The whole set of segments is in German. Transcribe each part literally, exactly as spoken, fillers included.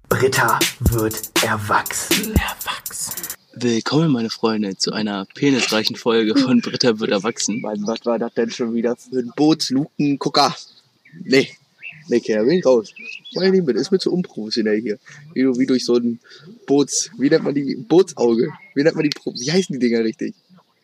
Britta wird erwachsen. Erwachsen. Willkommen, meine Freunde, zu einer penisreichen Folge von Britta wird erwachsen. Mann, was war das denn schon wieder für ein Bootslukengucker? Nee, nee, Kerl, bin ich raus. Meine Liebe, das ist mir zu unprofessionell hier. Wie du wie durch so ein Boots, wie nennt man die, Bootsauge? Wie nennt man die, wie heißen die Dinger richtig?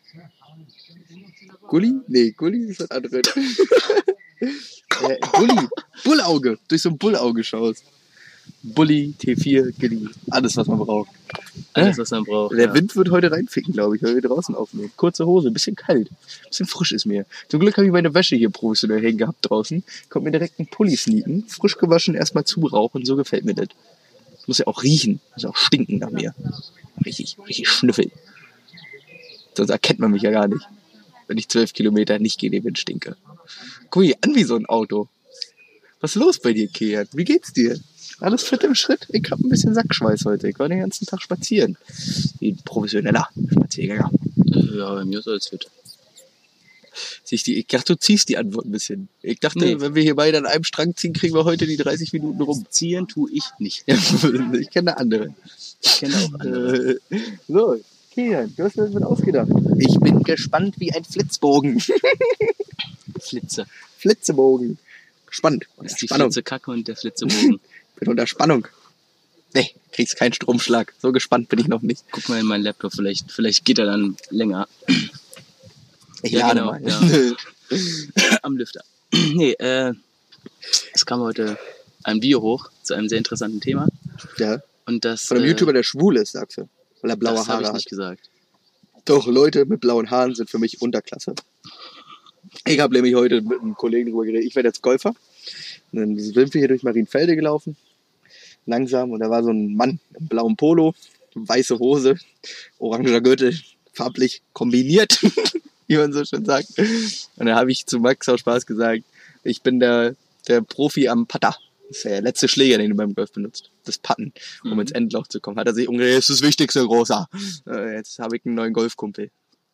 Gulli? Nee, Gulli ist was anderes. äh, Bulli, Bullauge, durch so ein Bullauge schaust. Bulli, T vier, Gulli, alles was man braucht. Alles, was man braucht. Der ja. Wind wird heute reinficken, glaube ich, weil wir draußen aufnehmen. Kurze Hose, ein bisschen kalt, ein bisschen frisch ist mir. Zum Glück habe ich meine Wäsche hier professionell hängen gehabt draußen. Kommt mir direkt ein Pulli sneaken, frisch gewaschen, erstmal zurauchen, so gefällt mir das. Muss ja auch riechen, muss ja auch stinken nach mir. Richtig, richtig schnüffeln. Sonst erkennt man mich ja gar nicht, wenn ich zwölf Kilometer nicht gegen den Wind stinke. Guck hier an wie so ein Auto. Was ist los bei dir, Kian? Wie geht's dir? Alles fit im Schritt? Ich hab ein bisschen Sackschweiß heute. Ich war den ganzen Tag spazieren. Wie ein professioneller Spaziergänger. Ja, bei mir ist alles fit. Ich dachte, du ziehst die Antwort ein bisschen. Ich dachte, Nee. wenn wir hier beide an einem Strang ziehen, kriegen wir heute die dreißig Minuten rum. Ziehen tue ich nicht. Ja, ich kenne andere. Ich kenne auch andere. Äh, so, Kian, du hast mir das ausgedacht. Ich bin gespannt wie ein Flitzbogen. Flitze. Flitzebogen. Gespannt. Das ist die Flitzekacke und der Flitzebogen. Bin unter Spannung. Nee, kriegst keinen Stromschlag. So gespannt bin ich noch nicht. Guck mal in meinen Laptop, vielleicht, vielleicht geht er dann länger. Ich Ja, lade genau, mal. ja. Am Lüfter. Nee, äh, es kam heute ein Video hoch zu einem sehr interessanten Thema. Ja. Und das, Von einem äh, YouTuber, der schwul ist, sagst du. Weil er blaue das habe Haare ich hat. nicht gesagt. Doch, Leute mit blauen Haaren sind für mich Unterklasse. Ich habe nämlich heute mit einem Kollegen drüber geredet. Ich werde jetzt Golfer. Und dann sind wir hier durch Marienfelde gelaufen. Langsam. Und da war so ein Mann im blauen Polo, weiße Hose, oranger Gürtel, farblich kombiniert, wie man so schön sagt. Und da habe ich zu Max aus Spaß gesagt, ich bin der, der Profi am Putter. Das ist der letzte Schläger, den du beim Golf benutzt. Das Putten, um Mhm. ins Endloch zu kommen. Hat er sich umgedreht, das ist das Wichtigste, Großer. Äh, Jetzt habe ich einen neuen Golfkumpel.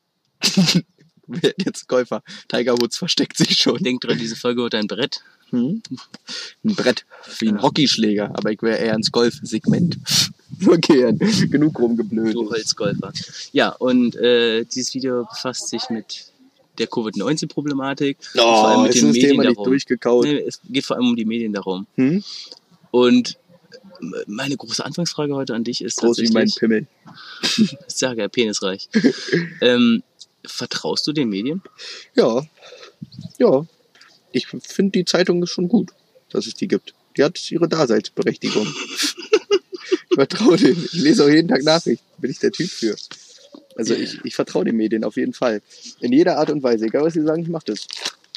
Jetzt Golfer. Tiger Woods versteckt sich schon. Denk dran, diese Folge wird ein Brett. Hm? Ein Brett, wie ein Hockeyschläger, aber ich wäre eher ins Golfsegment. Okay, genug rumgeblödet. Du Holzgolfer. Ja, und äh, dieses Video befasst sich mit der Covid neunzehn Problematik. Oh, vor allem mit ist den das Medien Thema nicht darum. durchgekaut. Nee, es geht vor allem um die Medien darum. Hm? Und meine große Anfangsfrage heute an dich ist Groß wie mein tatsächlich, Pimmel. ich sage ja, penisreich. ähm, vertraust du den Medien? Ja, ja. Ich finde, die Zeitung ist schon gut, dass es die gibt. Die hat ihre Daseinsberechtigung. Ich vertraue denen. Ich lese auch jeden Tag Nachrichten. Bin ich der Typ für. Also ich, ich vertraue den Medien auf jeden Fall. In jeder Art und Weise. Egal, was sie sagen, ich mache das.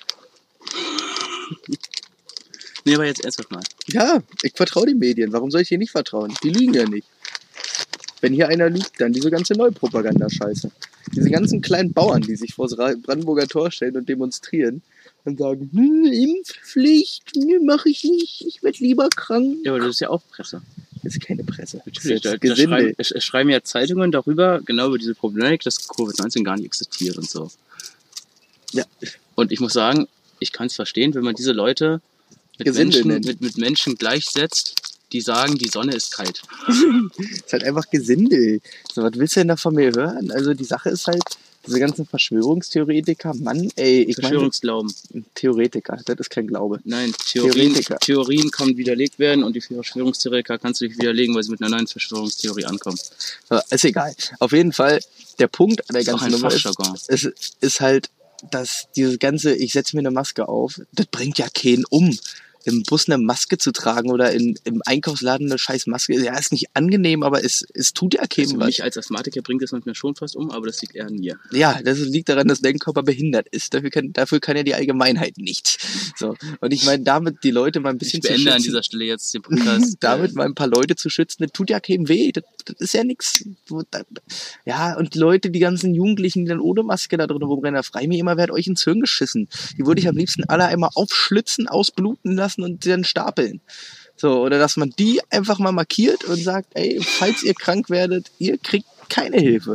Nee, aber jetzt ernsthaft mal. Ja, ich vertraue den Medien. Warum soll ich hier nicht vertrauen? Die lügen ja nicht. Wenn hier einer lügt, dann diese ganze Neupropaganda-Scheiße. Diese ganzen kleinen Bauern, die sich vor das Ra- Brandenburger Tor stellen und demonstrieren und sagen, hm, Impfpflicht, nee, mach ich nicht, ich werde lieber krank. Ja, aber das ist ja auch Presse. Das ist keine Presse. Das Natürlich, ist da, jetzt da Gesindel. schreiben, es, es schreiben ja Zeitungen darüber, genau über diese Problematik, dass Covid neunzehn gar nicht existiert und so. Ja. Und ich muss sagen, ich kann es verstehen, wenn man diese Leute mit Gesindel Menschen, nennt. mit, mit Menschen gleichsetzt, die sagen, die Sonne ist kalt. Ist halt einfach Gesindel. So, was willst du denn da von mir hören? Also die Sache ist halt, diese ganzen Verschwörungstheoretiker, Mann, ey, ich meine, Verschwörungsglauben. Theoretiker, das ist kein Glaube. Nein, Theorien, Theoretiker. Theorien können widerlegt werden und die Verschwörungstheoretiker kannst du nicht widerlegen, weil sie mit einer neuen Verschwörungstheorie ankommen. Aber ist egal. Auf jeden Fall, der Punkt an der Das ist auch ganzen ein Nummer ist, Fachjargon. ist, ist halt, dass dieses ganze, ich setze mir eine Maske auf, das bringt ja keinen um. Im Bus eine Maske zu tragen oder in, im Einkaufsladen eine scheiß Maske, ja, ist nicht angenehm, aber es, es tut ja keinem Also was. mich als Asthmatiker bringt das manchmal schon fast um, aber das liegt eher an mir. Ja, das liegt daran, dass dein Körper behindert ist. Dafür kann, dafür kann ja die Allgemeinheit nichts. So. Und ich meine, damit die Leute mal ein bisschen Ich beende zu an schützen, dieser Stelle jetzt den Podcast. damit mal ein paar Leute zu schützen, das tut ja keinem weh. Das, das ist ja nichts. Ja, und die Leute, die ganzen Jugendlichen, die dann ohne Maske da drin rumrennen, da frei mir immer, wer hat euch ins Hirn geschissen? Die würde ich am liebsten alle einmal aufschlitzen, ausbluten lassen und dann stapeln. So, oder dass man die einfach mal markiert und sagt, ey, falls ihr krank werdet, ihr kriegt keine Hilfe.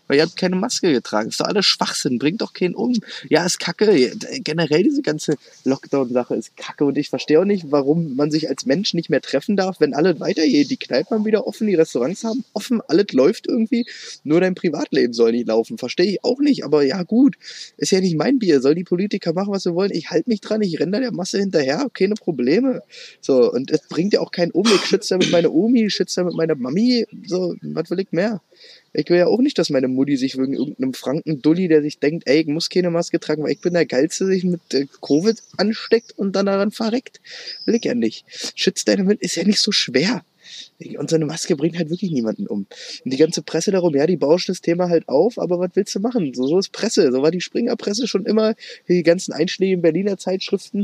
weil ihr habt keine Maske getragen. Ist doch alles Schwachsinn, bringt doch keinen um. Ja, ist kacke. Generell diese ganze Lockdown-Sache ist kacke und ich verstehe auch nicht, warum man sich als Mensch nicht mehr treffen darf, wenn alles weitergeht. Die Kneipen haben wieder offen, die Restaurants haben offen, alles läuft irgendwie, nur dein Privatleben soll nicht laufen. Verstehe ich auch nicht, aber ja gut, ist ja nicht mein Bier. Soll die Politiker machen, was sie wollen? Ich halte mich dran, ich renne da der Masse hinterher, keine Probleme. So, und es bringt ja auch keinen um. Ich schütze damit meine Omi, ich schütze damit meine Mami. So, was will ich mehr? Ich will ja auch nicht, dass meine Mutti sich wegen irgendeinem Franken-Dulli, der sich denkt, ey, ich muss keine Maske tragen, weil ich bin der Geilste, sich mit äh, Covid ansteckt und dann daran verreckt. Will ich ja nicht. Schützt deine Mitte, ist ja nicht so schwer. Und so eine Maske bringt halt wirklich niemanden um. Und die ganze Presse darum, ja, die bauschen das Thema halt auf, aber was willst du machen? So, so ist Presse. So war die Springer-Presse schon immer. Die ganzen einschlägigen Berliner Zeitschriften,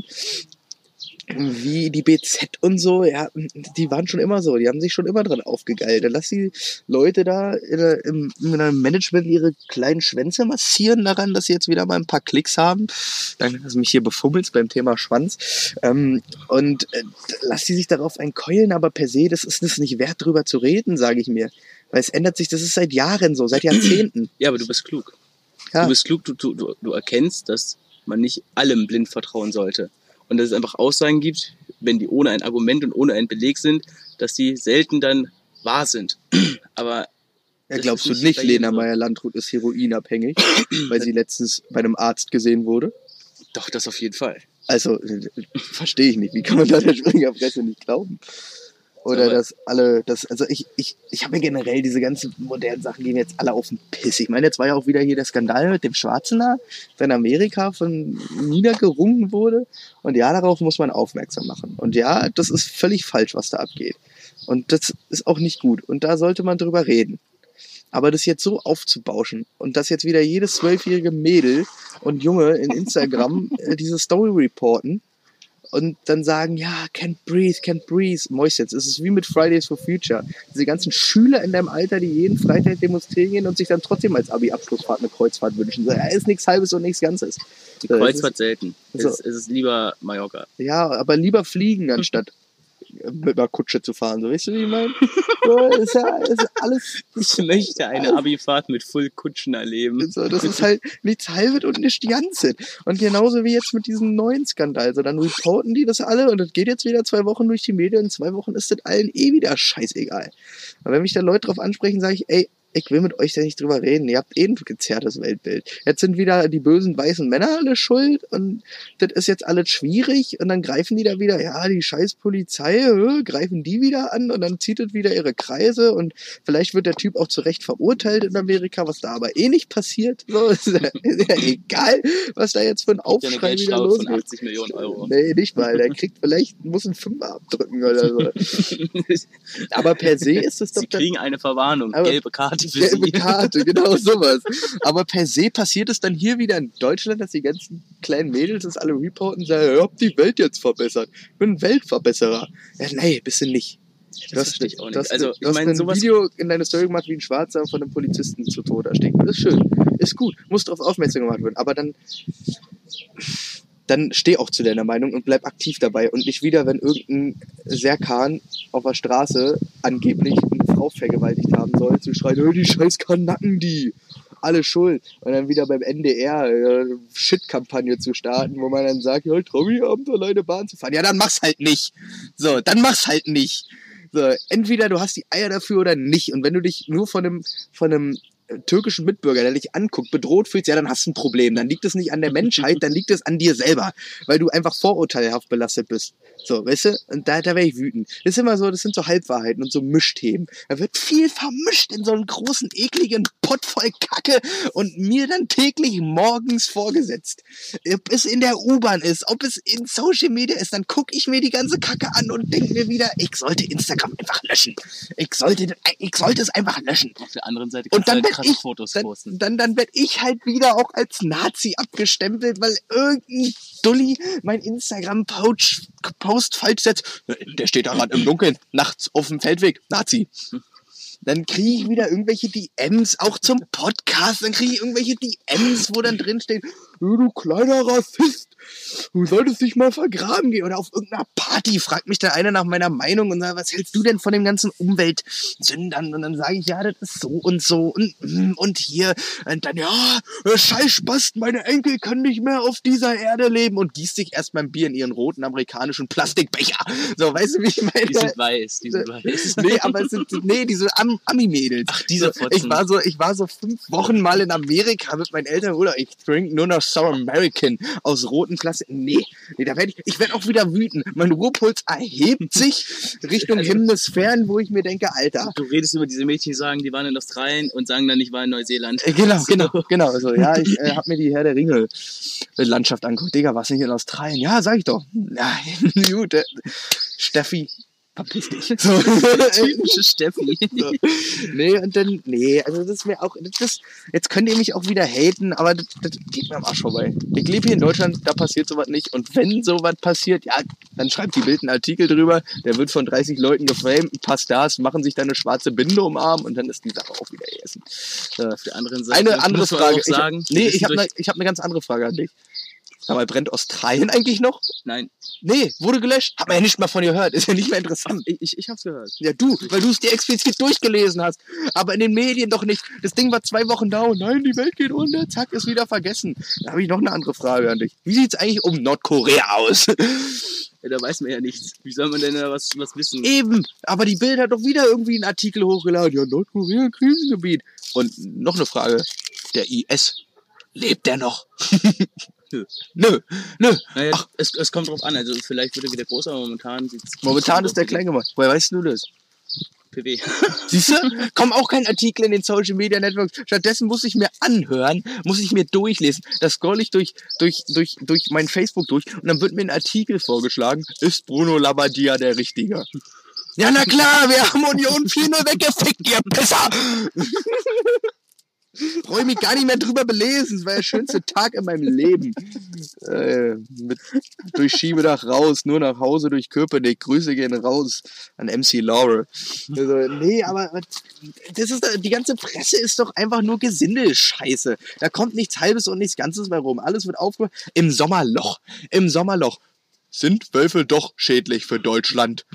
wie die B Z und so, ja, die waren schon immer so, die haben sich schon immer dran aufgegeilt. Dann lass die Leute da in, der, im, in einem Management ihre kleinen Schwänze massieren daran, dass sie jetzt wieder mal ein paar Klicks haben. Danke, dass du mich hier befummelst beim Thema Schwanz. Ähm, und äh, lass die sich darauf einkeulen, aber per se, das ist es nicht wert, drüber zu reden, sage ich mir. Weil es ändert sich, das ist seit Jahren so, seit Jahrzehnten. Ja, aber du bist klug. Ja. Du bist klug, du, du, du erkennst, dass man nicht allem blind vertrauen sollte. Und dass es einfach Aussagen gibt, wenn die ohne ein Argument und ohne einen Beleg sind, dass die selten dann wahr sind. Aber ja, glaubst du nicht, Lena Meyer-Landrut ist heroinabhängig, weil sie letztens bei einem Arzt gesehen wurde? Doch, das auf jeden Fall. Also, verstehe ich nicht. Wie kann man da der Springerpresse nicht glauben? Oder dass alle, das, also ich, ich, ich habe mir generell diese ganzen modernen Sachen gehen jetzt alle auf den Piss. Ich meine, jetzt war ja auch wieder hier der Skandal mit dem Schwarzen da, der in Amerika von niedergerungen wurde. Und ja, darauf muss man aufmerksam machen. Und ja, das ist völlig falsch, was da abgeht. Und das ist auch nicht gut. Und da sollte man drüber reden. Aber das jetzt so aufzubauschen und dass jetzt wieder jedes zwölfjährige Mädel und Junge in Instagram äh, diese Story reporten, und dann sagen, ja, can't breathe, can't breathe. Mäus jetzt, es ist wie mit Fridays for Future. Diese ganzen Schüler in deinem Alter, die jeden Freitag demonstrieren gehen und sich dann trotzdem als Abi-Abschlussfahrt eine Kreuzfahrt wünschen. So, ja, ist nichts Halbes und nichts Ganzes. Die So, Kreuzfahrt ist, selten. so. Es, ist, es ist lieber Mallorca. Ja, aber lieber fliegen, anstatt mit einer Kutsche zu fahren. So, weißt du, wie ich meine? So, ist ja ist alles... Ich möchte eine Abifahrt mit Full-Kutschen erleben. So, das ist halt nichts Halbes und nichts Janzet. Und genauso wie jetzt mit diesem neuen Skandal. So, dann reporten die das alle und das geht jetzt wieder zwei Wochen durch die Medien. In zwei Wochen ist das allen eh wieder scheißegal. Aber wenn mich da Leute drauf ansprechen, sage ich, ey, ich will mit euch da nicht drüber reden. Ihr habt eh ein gezerrtes Weltbild. Jetzt sind wieder die bösen weißen Männer alle schuld und das ist jetzt alles schwierig und dann greifen die da wieder, ja, die scheiß Polizei, äh, greifen die wieder an und dann zieht es wieder ihre Kreise und vielleicht wird der Typ auch zu Recht verurteilt in Amerika, was da aber eh nicht passiert. So, ist ja, ist ja egal, was da jetzt für ein Aufschrei ja wieder losgeht. Von achtzig Millionen Euro. Nee, nicht mal. Der kriegt vielleicht, muss einen Fünfer abdrücken oder so. Aber per se ist es doch... Sie kriegen eine Verwarnung, gelbe Karte. Gelbe Karte, genau sowas. Aber per se passiert es dann hier wieder in Deutschland, dass die ganzen kleinen Mädels das alle reporten und sagen, ich hab die Welt jetzt verbessert. Ich bin ein Weltverbesserer. Ja, nee, bist du nicht. Du hast, verstehe ich auch nicht. Du hast, Also, du ich hast meine, ein sowas Video in deine Story gemacht, wie ein Schwarzer von einem Polizisten zu Tode erstickt. Das ist schön. Ist gut. Muss darauf aufmerksam gemacht werden. Aber dann... dann steh auch zu deiner Meinung und bleib aktiv dabei und nicht wieder, wenn irgendein Serkan auf der Straße angeblich eine Frau vergewaltigt haben soll, zu schreien, oh, die scheiß Kanacken, die, alle schuld. Und dann wieder beim N D R äh, Shit-Kampagne zu starten, wo man dann sagt, ja, Tommy, abends alleine Bahn zu fahren. Ja, dann mach's halt nicht. So, dann mach's halt nicht. So, entweder du hast die Eier dafür oder nicht. Und wenn du dich nur von einem, von einem türkischen Mitbürger, der dich anguckt, bedroht fühlst, ja, dann hast du ein Problem. Dann liegt es nicht an der Menschheit, dann liegt es an dir selber, weil du einfach vorurteilhaft belastet bist. So, weißt du? Und da, da wäre ich wütend. Das ist immer so, das sind so Halbwahrheiten und so Mischthemen. Da wird viel vermischt in so einen großen, ekligen Pott voll Kacke und mir dann täglich morgens vorgesetzt. Ob es in der U-Bahn ist, ob es in Social Media ist, dann gucke ich mir die ganze Kacke an und denke mir wieder, ich sollte Instagram einfach löschen. Ich sollte, ich sollte es einfach löschen. Auf der anderen Seite und dann halt krasse ich, Fotos dann, posten. Dann, dann werd ich halt wieder auch als Nazi abgestempelt, weil irgendein Dulli mein Instagram-Post Post falsch setzt. Der steht da gerade im Dunkeln, nachts auf dem Feldweg. Nazi. Dann kriege ich wieder irgendwelche D Ms, auch zum Podcast. Dann kriege ich irgendwelche D Ms, wo dann drin steht, du kleiner Rassist, du solltest dich mal vergraben gehen. Oder auf irgendeiner Party fragt mich da einer nach meiner Meinung und sagt, was hältst du denn von dem ganzen Umweltsündern? Und dann sage ich, ja, das ist so und so und, und hier. Und dann, ja, scheiß Spasten, meine Enkel können nicht mehr auf dieser Erde leben und gießt sich erst mein Bier in ihren roten amerikanischen Plastikbecher. So, weißt du, wie ich meine? Die sind weiß, die sind weiß. Nee, aber es sind, nee, diese Am Ami-Mädels. Ach, diese so, Fotzen. ich war so, ich war so fünf Wochen mal in Amerika mit meinen Eltern, oder ich trinke nur noch Sour American aus roten Plastik. Nee, nee, da werde ich, ich werde auch wieder wütend. Mein Ruhepuls erhebt sich Richtung Hemisphären, wo ich mir denke, Alter. Du redest über diese Mädchen, die sagen, die waren in Australien und sagen dann, ich war in Neuseeland. Äh, Genau, genau, genau. Also, ja, ich äh, habe mir die Herr der Ringe Landschaft angeguckt. Digga, warst du nicht in Australien? Ja, sag ich doch. Ja, gut. Äh, Steffi, verpiss dich. So. Typische Steffi. So. Nee, und dann, nee, also das ist mir auch, das, jetzt könnt ihr mich auch wieder haten, aber das, das geht mir am Arsch vorbei. Ich lebe hier in Deutschland, da passiert sowas nicht. Und wenn sowas passiert, ja, dann schreibt die Bild einen Artikel drüber, der wird von dreißig Leuten geframed, ein paar Stars machen sich da eine schwarze Binde um den Arm und dann ist die Sache auch wieder gegessen. So. Auf der anderen Seite Eine andere muss man Frage. auch sagen, ich, nee, wir ich habe wissen eine ich hab ne ganz andere Frage an dich. Sag mal, brennt Australien eigentlich noch? Nein, Nee, wurde gelöscht. Hat man ja nicht mal von dir gehört. Ist ja nicht mehr interessant. ich, ich, ich hab's gehört. Ja, du, weil du es dir explizit durchgelesen hast. Aber in den Medien doch nicht. Das Ding war zwei Wochen da und nein, die Welt geht unter, zack, ist wieder vergessen. Da habe ich noch eine andere Frage an dich. Wie sieht's eigentlich um Nordkorea aus? Ja, da weiß man ja nichts. Wie soll man denn da was, was wissen? Eben, aber die Bild hat doch wieder irgendwie einen Artikel hochgeladen. Ja, Nordkorea, Krisengebiet. Und noch eine Frage. Der I S, lebt der noch? Nö. Nö, nö. Naja, es, es kommt drauf an. Also vielleicht wird er wieder groß, aber momentan sieht's Momentan ist der klein gemacht. Woher weißt du das? P W. Siehst du? Kommt auch kein Artikel in den Social Media Networks. Stattdessen muss ich mir anhören, muss ich mir durchlesen. Da scroll ich durch, durch, durch, durch mein Facebook durch und dann wird mir ein Artikel vorgeschlagen. Ist Bruno Labbadia der Richtige? Ja, na klar, wir haben Union vier null weggefickt, ihr Pisser! Brauche ich mich gar nicht mehr drüber belesen. Es war der schönste Tag in meinem Leben. Äh, mit, durch Schiebedach raus, nur nach Hause durch Köpenick. Grüße gehen raus an M C Laurel. Also, nee, aber das ist, die ganze Presse ist doch einfach nur Gesindelscheiße. Da kommt nichts Halbes und nichts Ganzes mehr rum. Alles wird aufgehört. Im Sommerloch. Im Sommerloch. Sind Wölfe doch schädlich für Deutschland?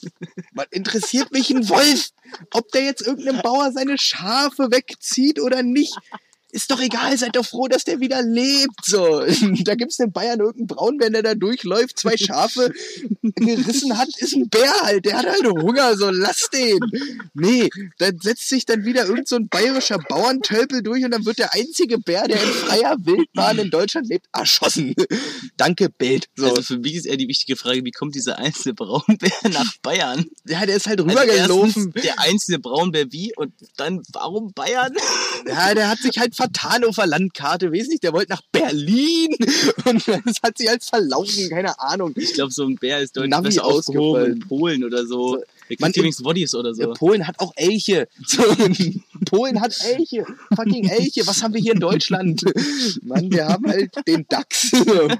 Was interessiert mich ein Wolf? Ob der jetzt irgendeinem Bauer seine Schafe wegzieht oder nicht? Ist doch egal, seid doch froh, dass der wieder lebt. So, da gibt's den Bayern irgendeinen Braunbär, der da durchläuft, zwei Schafe gerissen hat, ist ein Bär halt, der hat halt Hunger, so lass den. Nee, dann setzt sich dann wieder irgend so ein bayerischer Bauerntölpel durch und dann wird der einzige Bär, der in freier Wildbahn in Deutschland lebt, erschossen. Danke, Bild. So. Also für mich ist eher die wichtige Frage, wie kommt dieser einzelne Braunbär nach Bayern? Ja, der ist halt Also rübergelaufen. erstens, der einzelne Braunbär wie und dann warum Bayern? Ja, der hat sich halt vertan auf der Landkarte, weiß nicht, der wollte nach Berlin und das hat sich als verlaufen, keine Ahnung. Ich glaube, so ein Bär ist deutlich Navi besser aufgehoben ausgefallen. in Polen oder so. So, Der man- kriegt übrigens Bodies oder so. Ja, Polen hat auch Elche. So, Polen hat Elche. Fucking Elche. Was haben wir hier in Deutschland? Mann, wir haben halt den Dachs.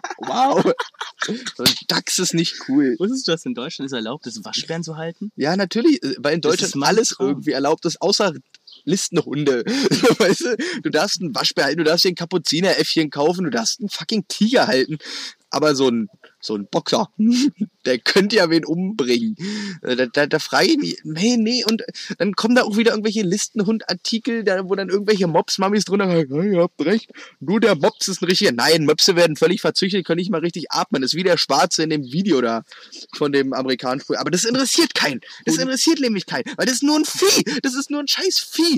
Wow. So ein Dachs ist nicht cool. Wusstest du, dass in Deutschland es erlaubt ist, Waschbären zu halten? Ja, natürlich, äh, weil in Das Deutschland ist mein alles Traum. irgendwie erlaubt ist, außer Listenhunde. Weißt du, du darfst einen Waschbär halten, du darfst dir ein Kapuzineräffchen kaufen, du darfst einen fucking Tiger halten. Aber so ein, so ein Boxer, der könnte ja wen umbringen. Äh, Da, da, da frage ich mich, nee, nee, und dann kommen da auch wieder irgendwelche Listenhund-Artikel, da, wo dann irgendwelche Mops-Mamis drunter sagen, ja, ihr habt recht, nur der Mops ist ein richtiger. Nein, Möpse werden völlig verzüchtet, können nicht mal richtig atmen. Das ist wie der Schwarze in dem Video da von dem amerikanischen. Aber das interessiert keinen. Das interessiert nämlich keinen, weil das ist nur ein Vieh. Das ist nur ein scheiß Vieh.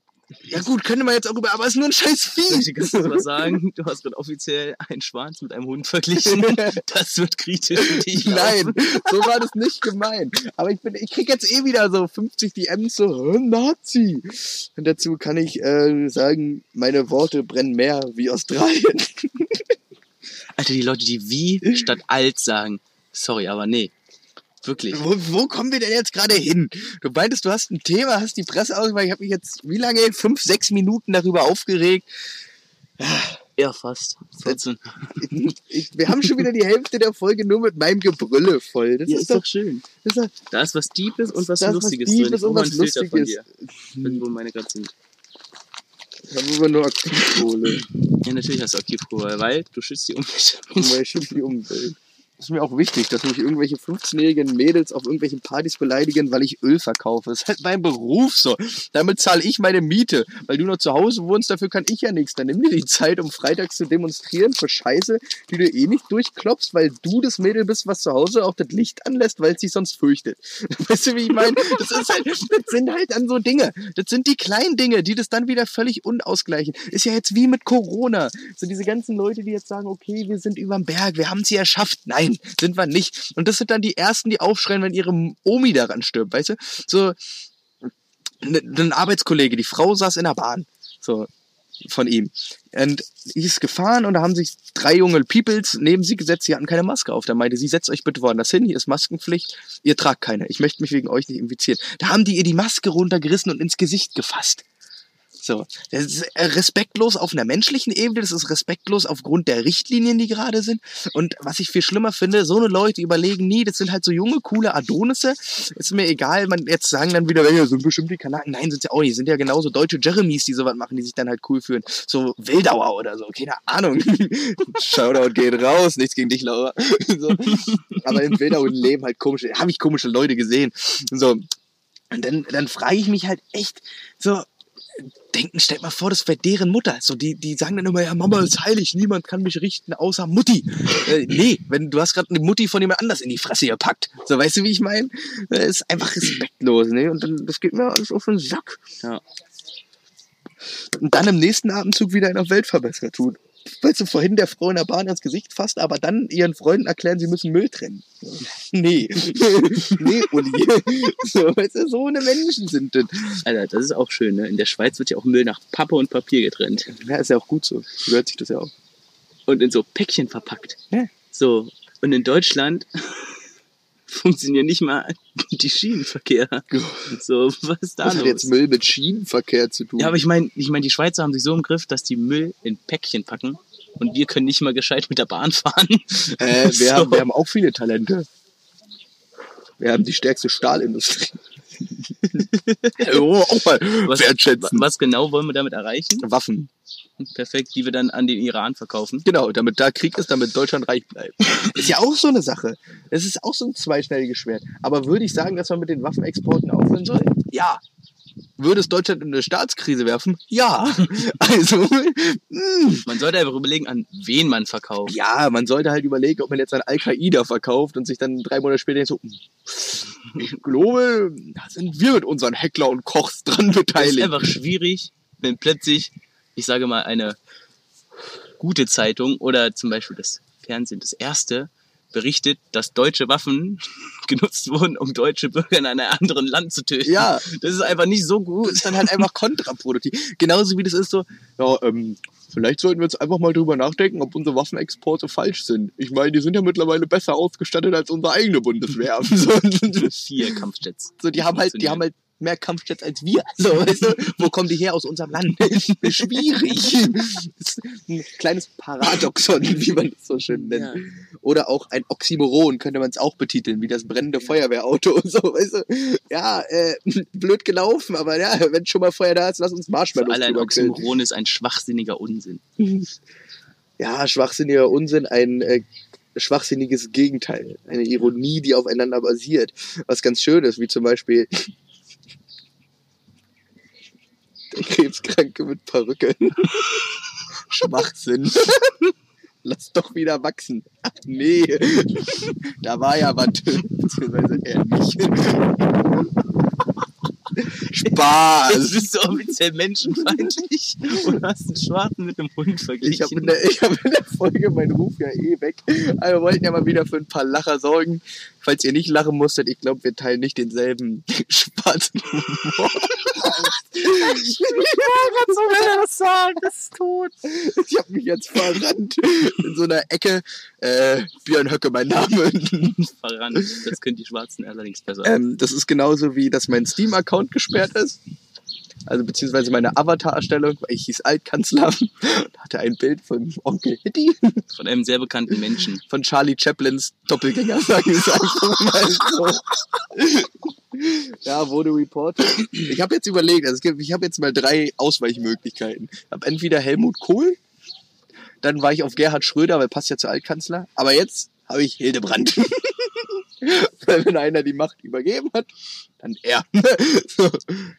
Ja gut, könnte man jetzt auch über, aber es ist nur ein scheiß Soll ich dir Vieh. kurz was sagen? Du hast gerade offiziell einen Schwanz mit einem Hund verglichen. Das wird kritisch für dich. Nein, so war das nicht gemeint. Aber ich bin, ich krieg jetzt eh wieder so fünfzig D Ms so, "Hä, Nazi. Und dazu kann ich äh, sagen, meine Worte brennen mehr wie Australien. Alter, die Leute, die wie statt alt sagen. Sorry, aber nee. Wirklich. Wo, wo kommen wir denn jetzt gerade hin? Du meintest, du hast ein Thema, hast die Presse ausgemacht. Ich habe mich jetzt, wie lange? Fünf, sechs Minuten darüber aufgeregt. Ja, fast. vierzehn. Ich, wir haben schon wieder die Hälfte der Folge nur mit meinem Gebrülle voll. Das Ja, ist, doch, schön. das ist doch Da ist was Deepes und was das ist was Lustiges Deepes drin. und Hol mal was einen Filter von Lustiges. dir. Wenn wo meine gerade sind. Ich habe immer nur Aktivkohle. Ja, natürlich hast du Aktivkohle, weil du schützt die Umwelt. Weil ich schütze die Umwelt. Das ist mir auch wichtig, dass mich irgendwelche fünfzehnjährigen Mädels auf irgendwelchen Partys beleidigen, weil ich Öl verkaufe. Das ist halt mein Beruf so. Damit zahle ich meine Miete. Weil du noch zu Hause wohnst, dafür kann ich ja nichts. Dann nimm dir die Zeit, um freitags zu demonstrieren für Scheiße, die du eh nicht durchklopfst, weil du das Mädel bist, was zu Hause auch das Licht anlässt, weil es sich sonst fürchtet. Weißt du, wie ich meine? Das ist halt, das sind halt dann so Dinge. Das sind die kleinen Dinge, die das dann wieder völlig unausgleichen. Ist ja jetzt wie mit Corona. So diese ganzen Leute, die jetzt sagen, okay, wir sind überm Berg, wir haben es ja erschafft. Nein. Sind wir nicht. Und das sind dann die Ersten, die aufschreien, wenn ihre Omi daran stirbt, weißt du? So, ein Arbeitskollege, die Frau saß in der Bahn, so, von ihm. Und die ist gefahren und da haben sich drei junge Peoples neben sie gesetzt, sie hatten keine Maske auf. Da meinte sie, setzt euch bitte woanders hin, hier ist Maskenpflicht, ihr tragt keine. Ich möchte mich wegen euch nicht infizieren. Da haben die ihr die Maske runtergerissen und ins Gesicht gefasst. So, das ist respektlos auf einer menschlichen Ebene, das ist respektlos aufgrund der Richtlinien, die gerade sind. Und was ich viel schlimmer finde, so eine Leute überlegen nie, das sind halt so junge, coole Adonisse. Ist mir egal, man jetzt sagen dann wieder, ja, sind bestimmt die Kanaken. Nein, sind sie auch nicht. Sind ja genauso deutsche Jeremys, die sowas machen, die sich dann halt cool fühlen. So Wildauer oder so, keine Ahnung. Shoutout geht raus, nichts gegen dich, Laura. So. Aber im Wildau leben halt komische, habe ich komische Leute gesehen. So. Und dann, dann frage ich mich halt echt so, denken, stellt mal vor, das wäre deren Mutter. So, die, die sagen dann immer, ja, Mama ist heilig, niemand kann mich richten, außer Mutti. Äh, nee, wenn du hast gerade eine Mutti von jemand anders in die Fresse gepackt. So, weißt du, wie ich meine? Das ist einfach respektlos, ne? Und dann, das geht mir alles auf den Sack. Ja. Und dann im nächsten Atemzug wieder einer Weltverbesserer tun. Weißt du, vorhin der Frau in der Bahn ins Gesicht fasst, aber dann ihren Freunden erklären, sie müssen Müll trennen. Nee. Nee, Uli. So, weißt du, so eine Menschen sind das. Alter, das ist auch schön, ne? In der Schweiz wird ja auch Müll nach Pappe und Papier getrennt. Ja, ist ja auch gut so. So gehört sich das ja auch. Und in so Päckchen verpackt. Ja. So. Und in Deutschland funktioniert nicht mal die Schienenverkehr. So, was ist da Was los? hat jetzt Müll mit Schienenverkehr zu tun? Ja, aber ich meine, ich mein, die Schweizer haben sich so im Griff, dass die Müll in Päckchen packen und wir können nicht mal gescheit mit der Bahn fahren. Äh, wir, So. haben, wir haben auch viele Talente. Wir haben die stärkste Stahlindustrie. Oh, auch mal Was, wertschätzen. was genau wollen wir damit erreichen? Waffen. Perfekt, die wir dann an den Iran verkaufen. Genau, damit da Krieg ist, damit Deutschland reich bleibt. Ist ja auch so eine Sache. Es ist auch so ein zweischneidiges Schwert. Aber würde ich sagen, dass man mit den Waffenexporten aufhören soll? Ja. Würde es Deutschland in eine Staatskrise werfen? Ja. Also, mh. Man sollte einfach überlegen, an wen man verkauft. Ja, man sollte halt überlegen, ob man jetzt an Al-Qaida verkauft und sich dann drei Monate später denkt so, ich glaube, da sind wir mit unseren Heckler und Kochs dran Es ist beteiligt. einfach schwierig, wenn plötzlich, ich sage mal, eine gute Zeitung oder zum Beispiel das Fernsehen, das Erste, berichtet, dass deutsche Waffen genutzt wurden, um deutsche Bürger in einem anderen Land zu töten. Ja. Das ist einfach nicht so gut. Das ist dann halt einfach kontraproduktiv. Genauso wie das ist so, ja, ähm, vielleicht sollten wir jetzt einfach mal drüber nachdenken, ob unsere Waffenexporte falsch sind. Ich meine, die sind ja mittlerweile besser ausgestattet als unsere eigene Bundeswehr. So, Vier Kampfjets. so die haben halt, die haben halt mehr Kampfjets als wir. So, weißt du, wo kommen die her? Aus unserem Land. Schwierig. Das ist ein kleines Paradoxon, wie man das so schön nennt. Ja. Oder auch ein Oxymoron, könnte man es auch betiteln, wie das brennende Feuerwehrauto und so, weißt du. Ja, äh, blöd gelaufen, aber ja, wenn schon mal Feuer da ist, lass uns Marshmallows Allein drüber grillen. Oxymoron ist ein schwachsinniger Unsinn. Ja, schwachsinniger Unsinn, ein äh, schwachsinniges Gegenteil. Eine Ironie, die aufeinander basiert. Was ganz schön ist, wie zum Beispiel der Krebskranke mit Perücke. Schwachsinn. Lass doch wieder wachsen. Ach nee, da war ja was. Beziehungsweise eher nicht. Spaß. Jetzt bist du offiziell menschenfeindlich und hast einen Schwarzen mit einem Hund verglichen. Ich habe in, der- ich hab in der Folge meinen Ruf ja eh weg. Aber wir wollten ja mal wieder für ein paar Lacher sorgen. Falls ihr nicht lachen musstet, ich glaube, wir teilen nicht denselben schwarzen Humor. Ich war gerade so, wenn er das sagt, das ist tot. Ich habe mich jetzt verrannt in so einer Ecke. Äh, Björn Höcke, mein Name. Verrannt. Das können die Schwarzen allerdings besser. Ähm, das ist genauso wie, dass mein Steam-Account gesperrt ist. Also beziehungsweise meine Avatar-Erstellung, weil ich hieß Altkanzler und hatte ein Bild von Onkel Hitty, Von einem sehr bekannten Menschen. von Charlie Chaplins Doppelgänger, sagen wir es einfach mal so. Ja, wurde reported. Ich habe jetzt überlegt, also es gibt, ich habe jetzt mal drei Ausweichmöglichkeiten. Ich habe entweder Helmut Kohl, dann war ich auf Gerhard Schröder, weil passt ja zu Altkanzler. Aber jetzt habe ich Hildebrand. Weil wenn einer die Macht übergeben hat, dann er. So.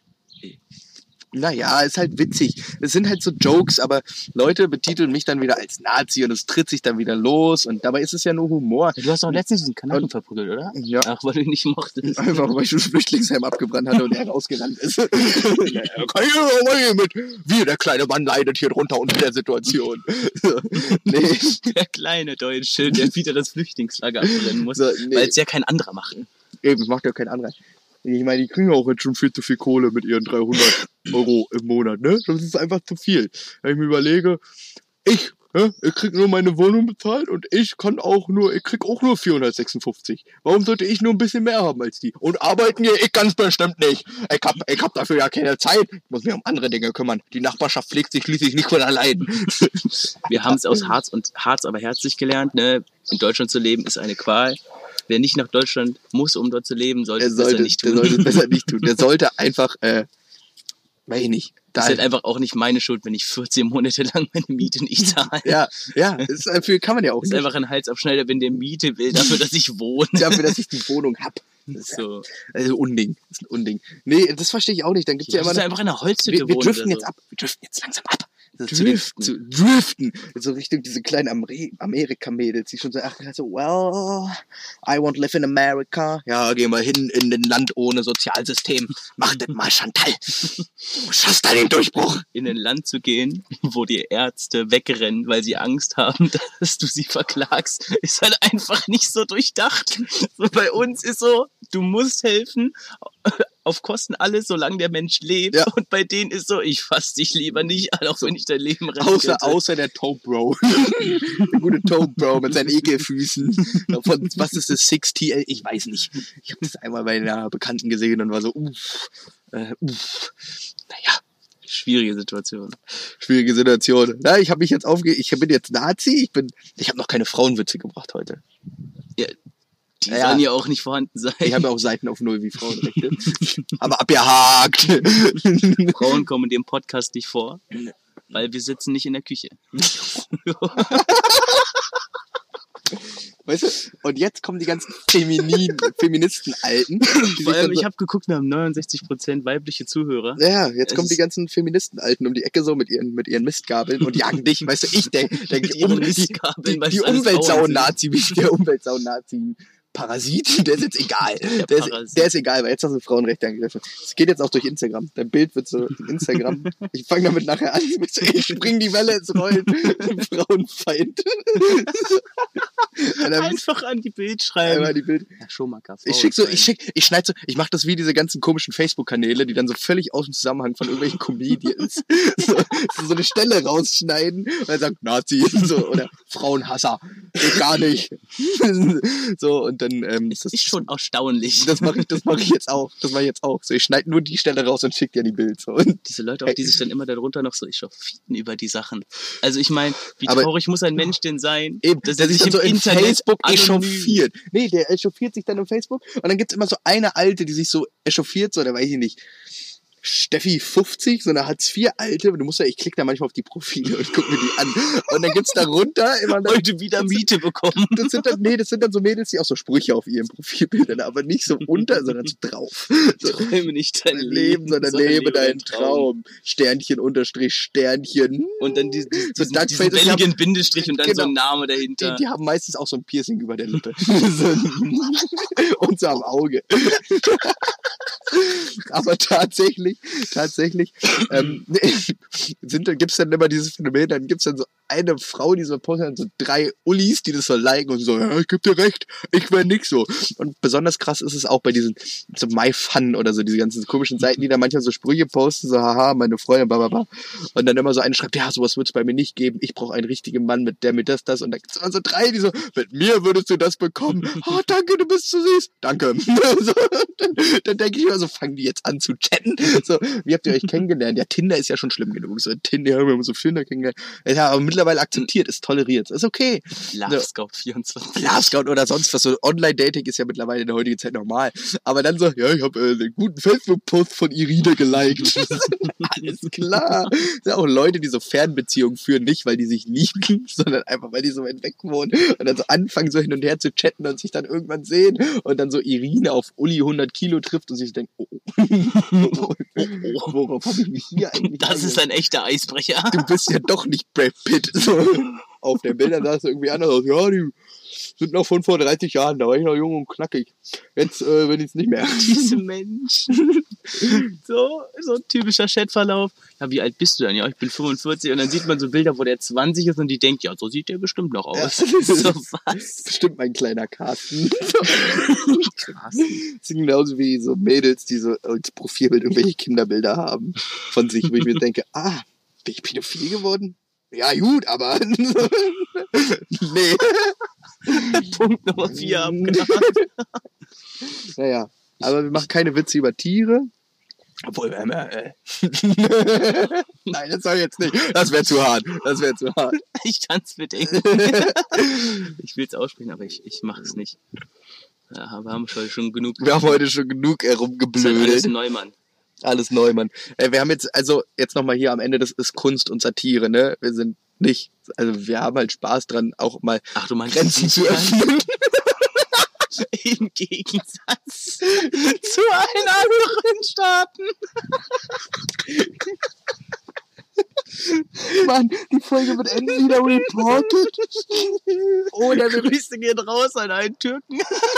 Naja, ist halt witzig. Es sind halt so Jokes, aber Leute betiteln mich dann wieder als Nazi und es tritt sich dann wieder los und dabei ist es ja nur Humor. Du hast doch letztens diesen Kanaken verprügelt, oder? Ja. Ach, weil du ihn nicht mochtest. Einfach, weil ich das Flüchtlingsheim abgebrannt hatte und er rausgerannt ist. Ja, kann ich aber hier mit. Wie, der kleine Mann leidet hier drunter unter der Situation. So, nee. Der kleine Deutsche, der wieder das Flüchtlingslager abbrennen muss, So, nee. weil es ja kein anderer macht. Eben, das macht ja kein anderer. Ich meine, die kriegen auch jetzt schon viel zu viel Kohle mit ihren dreihundert Euro im Monat, ne? Das ist einfach zu viel. Wenn ich mir überlege, ich, ne, ich krieg nur meine Wohnung bezahlt und ich kann auch nur, ich krieg auch nur vierhundertsechsundfünfzig. Warum sollte ich nur ein bisschen mehr haben als die? Und arbeiten hier ich ganz bestimmt nicht. Ich hab, ich hab dafür ja keine Zeit. Ich muss mich um andere Dinge kümmern. Die Nachbarschaft pflegt sich schließlich nicht von allein. Wir haben es aus Harz und Harz aber herzlich gelernt, ne? In Deutschland zu leben ist eine Qual. Wer nicht nach Deutschland muss, um dort zu leben, sollte es besser nicht tun. Der sollte es besser nicht tun. Der sollte einfach, äh, weiß ich nicht. Das ist halt einfach auch nicht meine Schuld, wenn ich vierzehn Monate lang meine Miete nicht zahle. Ja, ja, das ist, dafür kann man ja auch Das ist nicht. einfach ein Halsabschneider, wenn der Miete will, dafür, dass ich wohne. Dafür, dass ich die Wohnung hab. Das ist So. ja, also Unding. Das ist ein Unding. Nee, das verstehe ich auch nicht. Dann gibt's ja Ich immer muss noch, einfach in einer Holzhütte wir, wir wohnen. driften oder jetzt so. ab. Wir driften jetzt langsam ab. So Driften. Zu, den, zu driften. So Richtung diese kleinen Amer- Amerika-Mädels, die schon so achten, so, well, I won't live in America. Ja, geh mal hin in ein Land ohne Sozialsystem. Mach das mal, Chantal. Du schaffst da den Durchbruch. In ein Land zu gehen, wo die Ärzte wegrennen, weil sie Angst haben, dass du sie verklagst, ist halt einfach nicht so durchdacht. So bei uns ist so, du musst helfen, auf Kosten alles, solange der Mensch lebt. Ja. Und bei denen ist so, ich fass dich lieber nicht an, auch wenn ich dein Leben retten Außer, könnte. außer der Toe Bro. Der gute Toe Bro mit seinen Ekelfüßen. Von, was ist das? six T L? Ich weiß nicht. Ich habe das einmal bei einer Bekannten gesehen und war so, uff, äh, uff. Naja, Schwierige Situation. schwierige Situation. Na, ich habe mich jetzt aufge... Ich bin jetzt Nazi. Ich bin... Ich habe noch keine Frauenwitze gebracht heute. Ja, die Ja. sollen ja auch nicht vorhanden sein. Ich habe ja auch Seiten auf Null wie Frauenrechte. Aber abgehakt. Frauen kommen in dem Podcast nicht vor, weil wir sitzen nicht in der Küche. Weißt du? Und jetzt kommen die ganzen Feminin, Feministen-Alten. die Vor sich allem, dann so- ich habe geguckt, wir haben neunundsechzig Prozent weibliche Zuhörer. Ja, jetzt Es kommen die ist- ganzen Feministen-Alten um die Ecke so mit ihren, mit ihren Mistgabeln und jagen dich, weißt du, ich, der, der, Mit ihren um, die, Mistgabeln, die, weil die es alles Frauen Umweltsau-Nazi, wie der Umweltsau-Nazi. Parasit, der ist jetzt egal. Der Der Parasit. ist, der ist egal, weil jetzt hast du Frauenrechte angegriffen. Es geht jetzt auch durch Instagram. Dein Bild wird so Instagram. Ich fange damit nachher an. Ich spring die Welle ins Rollen. Frauenfeind. Und dann Einfach an die Bild schreiben. einmal die Bild. Herr Schumacher. Ich schick so, ich schick, ich schneid so, ich mach das wie diese ganzen komischen Facebook-Kanäle, die dann so völlig aus dem Zusammenhang von irgendwelchen Comedians so, so eine Stelle rausschneiden und dann sagen, Nazi, so, oder Frauenhasser. Geht gar nicht. So, und dann, ähm, Das ist schon erstaunlich. das mache ich, das mache ich jetzt auch. Das mache ich jetzt auch. So, ich schneide nur die Stelle raus und schick dir die Bild. So. Und Diese Leute, auch die sich dann immer darunter noch so echauffieren über die Sachen. Also ich meine, wie Aber- traurig muss ein Mensch denn sein, eben, dass der er sich sich dann im so in Internet Facebook anonym- echauffiert. Nee, der echauffiert sich dann im Facebook und dann gibt's immer so eine Alte, die sich so echauffiert, so, da weiß ich nicht. Steffi fünfzig, so eine Hartz vier Alte, du musst ja, ich klicke da manchmal auf die Profile und guck mir die an. Und dann gibt's darunter immer noch, heute wieder Miete bekommen. das sind dann, nee, das sind dann so Mädels, die auch so Sprüche auf ihren Profilbildern, aber nicht so unter, sondern so drauf. So, Träume nicht dein dein Leben, Leben, sondern lebe deinen Traum. Sternchen unterstrich Sternchen. Und dann die, die, So diesen, Duckface, diesen ich hab- welligen Bindestrich und dann Genau. so ein Name Die, dahinter. die haben meistens auch so ein Piercing über der Lippe. So, und so am Auge. Aber tatsächlich, tatsächlich, ähm, sind, dann gibt's dann immer dieses Phänomen, dann gibt's dann so eine Frau, die so postet, dann so drei Ullis, die das so liken und so, ja, ich geb dir recht, ich wär nix so. Und besonders krass ist es auch bei diesen, so MyFun oder so, diese ganzen komischen Seiten, die da manchmal so Sprüche posten, so, haha, meine Freundin, bla, bla, bla. Und dann immer so eine schreibt, ja, sowas wird's bei mir nicht geben, ich brauche einen richtigen Mann, mit der mir das, das, und dann gibt's immer so drei, die so, mit mir würdest du das bekommen, oh, danke, du bist so süß, danke. So, dann dann denke ich immer so, fangen die jetzt jetzt an zu chatten. So, wie habt ihr euch kennengelernt? Ja, Tinder ist ja schon schlimm genug. So, Tinder, wir haben so Tinder kennengelernt. Ja, aber mittlerweile akzeptiert, ist toleriert, ist okay. Love Scout vierundzwanzig. Love Scout oder sonst was. So Online-Dating ist ja mittlerweile in der heutigen Zeit normal. Aber dann so, ja, ich habe äh, einen guten Facebook-Post von Irina geliked. Alles klar. Das sind auch Leute, die so Fernbeziehungen führen, nicht weil die sich lieben, sondern einfach, weil die so weit weg wohnen und dann so anfangen, so hin und her zu chatten und sich dann irgendwann sehen und dann so Irina auf Uli hundert Kilo trifft und sich denkt, oh, oh, oh, oh, worauf habe ich mich hier eigentlich Das ist ein echter Eisbrecher. Du bist ja doch nicht Brad Pitt. So, auf den Bildern sah es irgendwie anders aus. Ja, die sind noch von vor dreißig Jahren, da war ich noch jung und knackig. Jetzt äh, bin ich es nicht mehr. Diese Menschen. So, so ein typischer Chatverlauf. Ja, wie alt bist du denn? Ja, ich bin fünfundvierzig. Und dann sieht man so Bilder, wo der zwanzig ist und die denkt, ja, so sieht der bestimmt noch aus. Ja. So, was? Bestimmt mein kleiner Carsten. Krass. Das sind genauso wie so Mädels, die so als Profilbild irgendwelche Kinderbilder haben von sich, wo ich mir denke, ah, bin ich pädophil geworden? Ja, gut, aber nee. Punkt Nummer vier abgehakt. Naja, aber wir machen keine Witze über Tiere. Obwohl, wir haben ja, äh Nein, das soll jetzt nicht. Das wäre zu hart. Das wäre zu hart. Ich kann's bedenken. Ich will's aussprechen, aber ich, ich mach's nicht. Ja, wir haben schon, schon genug. Wir haben heute schon genug Das ist herumgeblödelt. alles Neumann. Alles Neumann. Äh, wir haben jetzt, also jetzt nochmal hier am Ende, das ist Kunst und Satire, ne? Wir sind nicht, also wir haben halt Spaß dran, auch mal Ach, du meinst Grenzen nicht zu ernst? öffnen. Im Gegensatz zu allen anderen Staaten. Mann, die Folge wird endlich wieder reported. Oder wir Grüße gehen raus an einen Türken.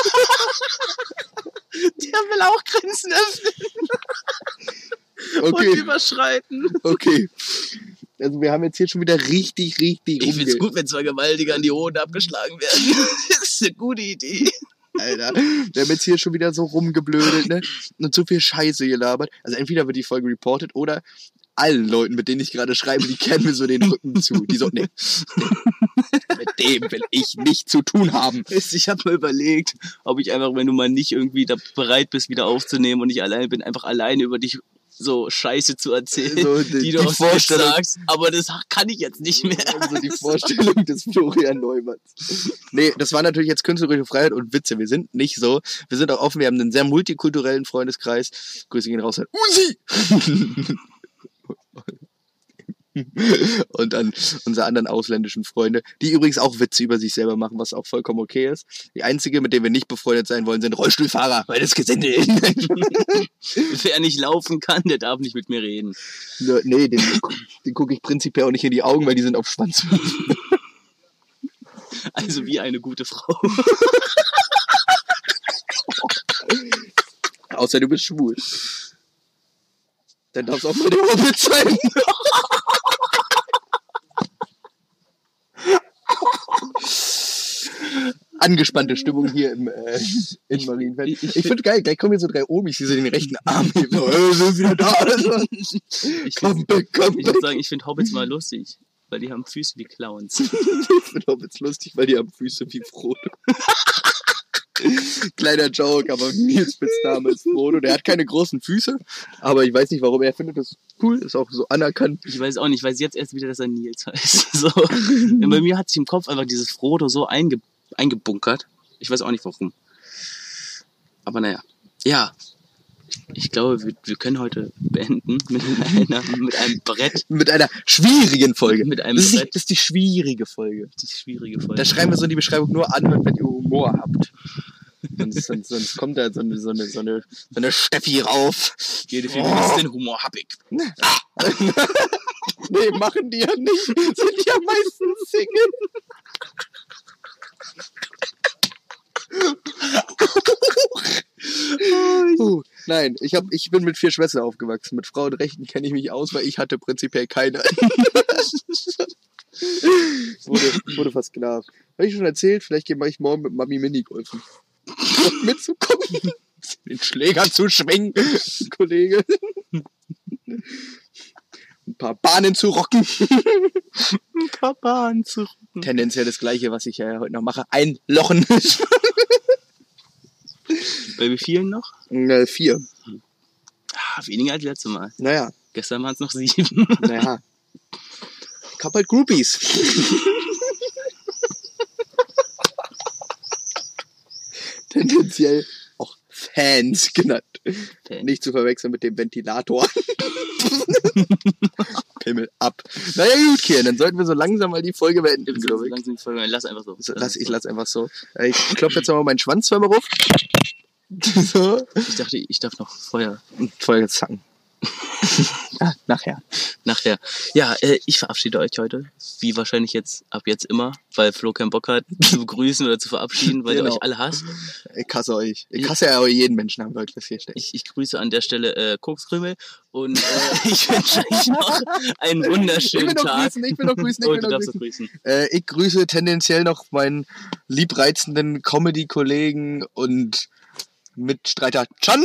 Der will auch Grenzen öffnen Okay, und überschreiten. okay. Also wir haben jetzt hier schon wieder richtig, richtig Ich find's rumge... gut, wenn zwei Gewaltige an die Hoden abgeschlagen werden. Das ist eine gute Idee. Alter, wir haben jetzt hier schon wieder so rumgeblödelt, ne? Und so viel Scheiße gelabert. Also entweder wird die Folge reported oder allen Leuten, mit denen ich gerade schreibe, die kennen mir so den Rücken zu. Die so, nee, nee, mit dem will ich nichts zu tun haben. Ich habe mir überlegt, ob ich einfach, wenn du mal nicht irgendwie da bereit bist, wieder aufzunehmen und ich allein bin, einfach alleine über dich so Scheiße zu erzählen, So, die, die- du die auch selbst Vorstellung- sagst. Aber das kann ich jetzt nicht mehr. Also die Vorstellung des Florian Neumanns. Nee, das war natürlich jetzt künstlerische Freiheit und Witze. Wir sind nicht so. Wir sind auch offen. Wir haben einen sehr multikulturellen Freundeskreis. Grüße gehen raus an Usi! Und an unsere anderen ausländischen Freunde, die übrigens auch Witze über sich selber machen, was auch vollkommen okay ist. Die einzige, mit der wir nicht befreundet sein wollen, sind Rollstuhlfahrer, weil das Gesinde ist. Wer nicht laufen kann, der darf nicht mit mir reden. Nee, den, den gucke ich prinzipiell auch nicht in die Augen, weil die sind auf Schwanz. Also wie eine gute Frau. Außer du bist schwul. Dann darf es auch mal der Hobbit sein. Angespannte Stimmung hier im, äh, in Marienfeld. Ich, ich finde geil, gleich kommen hier so drei Omis, die so den rechten Arm heben. So, äh, sind wieder da. Ich Come back, come Ich back. muss sagen, ich finde Hobbits mal lustig, weil die haben Füße wie Clowns. Ich finde Hobbits lustig, weil die haben Füße wie Frodo. Kleiner Joke, aber Nils Spitzname ist Frodo. Der hat keine großen Füße, aber ich weiß nicht warum. Er findet das cool, ist auch so anerkannt. Ich weiß auch nicht, ich weiß jetzt erst wieder, dass er Nils heißt. So. Bei mir hat sich im Kopf einfach dieses Frodo so einge eingebunkert. Ich weiß auch nicht warum. Aber naja. Ja. Ich glaube, wir, wir können heute beenden mit, einer, mit einem Brett. Mit einer schwierigen Folge. Mit einem das, ist die, Brett. das ist die schwierige Folge. Die schwierige Folge. Da schreiben wir so in die Beschreibung nur anhören, wenn ihr Humor habt. Sonst, sonst, sonst kommt da so eine, so eine, so eine, so eine Steffi rauf. Jede Feministin Humor hab ich. Nee, machen die ja nicht. Sind ja meistens Single. Uh, nein, ich, hab, ich bin mit vier Schwestern aufgewachsen. Mit Frauenrechten kenne ich mich aus, weil ich hatte prinzipiell keine. wurde, wurde versklavt. Habe ich schon erzählt, vielleicht mache ich morgen mit Mami Minigolfen. Um mitzukommen. Den Schläger zu schwingen, Kollege. Ein paar Bahnen zu rocken. Ein paar Bahnen zu rocken. Tendenziell das gleiche, was ich ja heute noch mache. Einlochen. Bei wie vielen noch? Äh, vier. weniger als letztes Mal. Naja, Gestern waren es noch sieben. naja. Ich hab halt Groupies. Tendenziell auch Fans genannt. Fan. Nicht zu verwechseln mit dem Ventilator. Pimmel ab. Naja gut, Kian, dann sollten wir so langsam mal die Folge beenden, glaube ich. Langsam die Folge. Lass einfach so. So, lass, ich lass einfach so. Äh, Ich klopfe jetzt nochmal meinen Schwanz zweimal rauf. So. Ich dachte, ich darf noch Feuer. Und Folge zacken. Ah, nachher. Nachher. Ja, äh, ich verabschiede euch heute. Wie wahrscheinlich jetzt, ab jetzt immer, weil Flo keinen Bock hat, zu begrüßen oder zu verabschieden, weil Genau. ihr euch alle hasst. Ich hasse euch. Ich hasse ja auch jeden Menschen, haben wir heute festgestellt. Ich, ich grüße an der Stelle äh, Kokskrümel und äh, ich wünsche euch noch einen wunderschönen Ich will noch Tag. grüßen, ich will noch grüßen, ich Oh, will du noch darfst grüßen. noch grüßen. Äh, ich grüße tendenziell noch meinen liebreizenden Comedy-Kollegen und Mitstreiter Chan.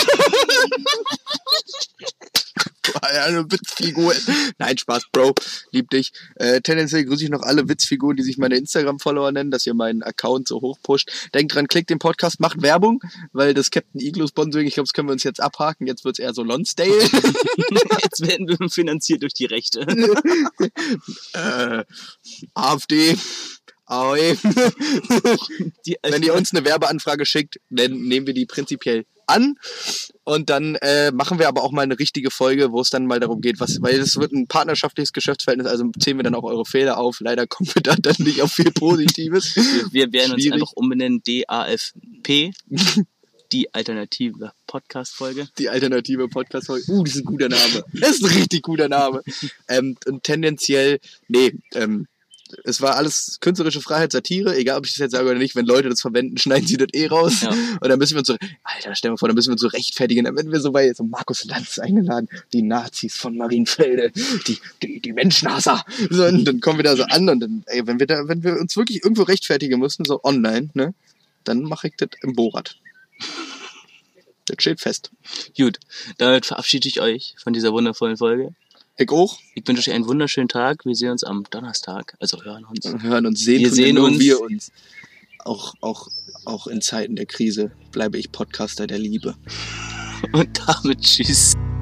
Ja, eine Witzfigur. Nein, Spaß, Bro. Lieb dich. Äh, tendenziell grüße ich noch alle Witzfiguren, die sich meine Instagram-Follower nennen, dass ihr meinen Account so hoch pusht. Denkt dran, klickt den Podcast, macht Werbung, weil das Captain Igloo Sponsoring, ich glaube, das können wir uns jetzt abhaken. Jetzt wird's eher so Lonsdale. Jetzt werden wir finanziert durch die Rechte. äh, AfD. A O E. Die, Wenn ihr uns eine Werbeanfrage schickt, dann nehmen wir die prinzipiell an und dann äh, machen wir aber auch mal eine richtige Folge, wo es dann mal darum geht, was, weil es wird ein partnerschaftliches Geschäftsverhältnis, also zählen wir dann auch eure Fehler auf. Leider kommen wir da dann nicht auf viel Positives. wir, wir werden uns Schwierig. einfach umbenennen, D A F P, die alternative Podcast-Folge. Die alternative Podcast-Folge. Uh, das ist ein guter Name. Das ist ein richtig guter Name. Ähm, und tendenziell, nee, ähm, es war alles künstlerische Freiheit, Satire, egal ob ich das jetzt sage oder nicht, wenn Leute das verwenden, schneiden sie das eh raus. Ja. Und dann müssen wir uns so, Alter, stell dir vor, dann müssen wir uns so rechtfertigen, dann werden wir so bei so Markus Lanz eingeladen, die Nazis von Marienfelde, die, die, die Menschenhasser. So, und dann kommen wir da so an und dann, ey, wenn wir da, wenn wir uns wirklich irgendwo rechtfertigen müssen, so online, ne, dann mache ich das im Borat. Das steht fest. Gut, damit verabschiede ich euch von dieser wundervollen Folge. Ich auch. Ich wünsche euch einen wunderschönen Tag. Wir sehen uns am Donnerstag. Also hören uns. Wir hören uns, sehen, Wir tun sehen nur uns. wir uns. Auch, auch, auch in Zeiten der Krise bleibe ich Podcaster der Liebe. Und damit tschüss.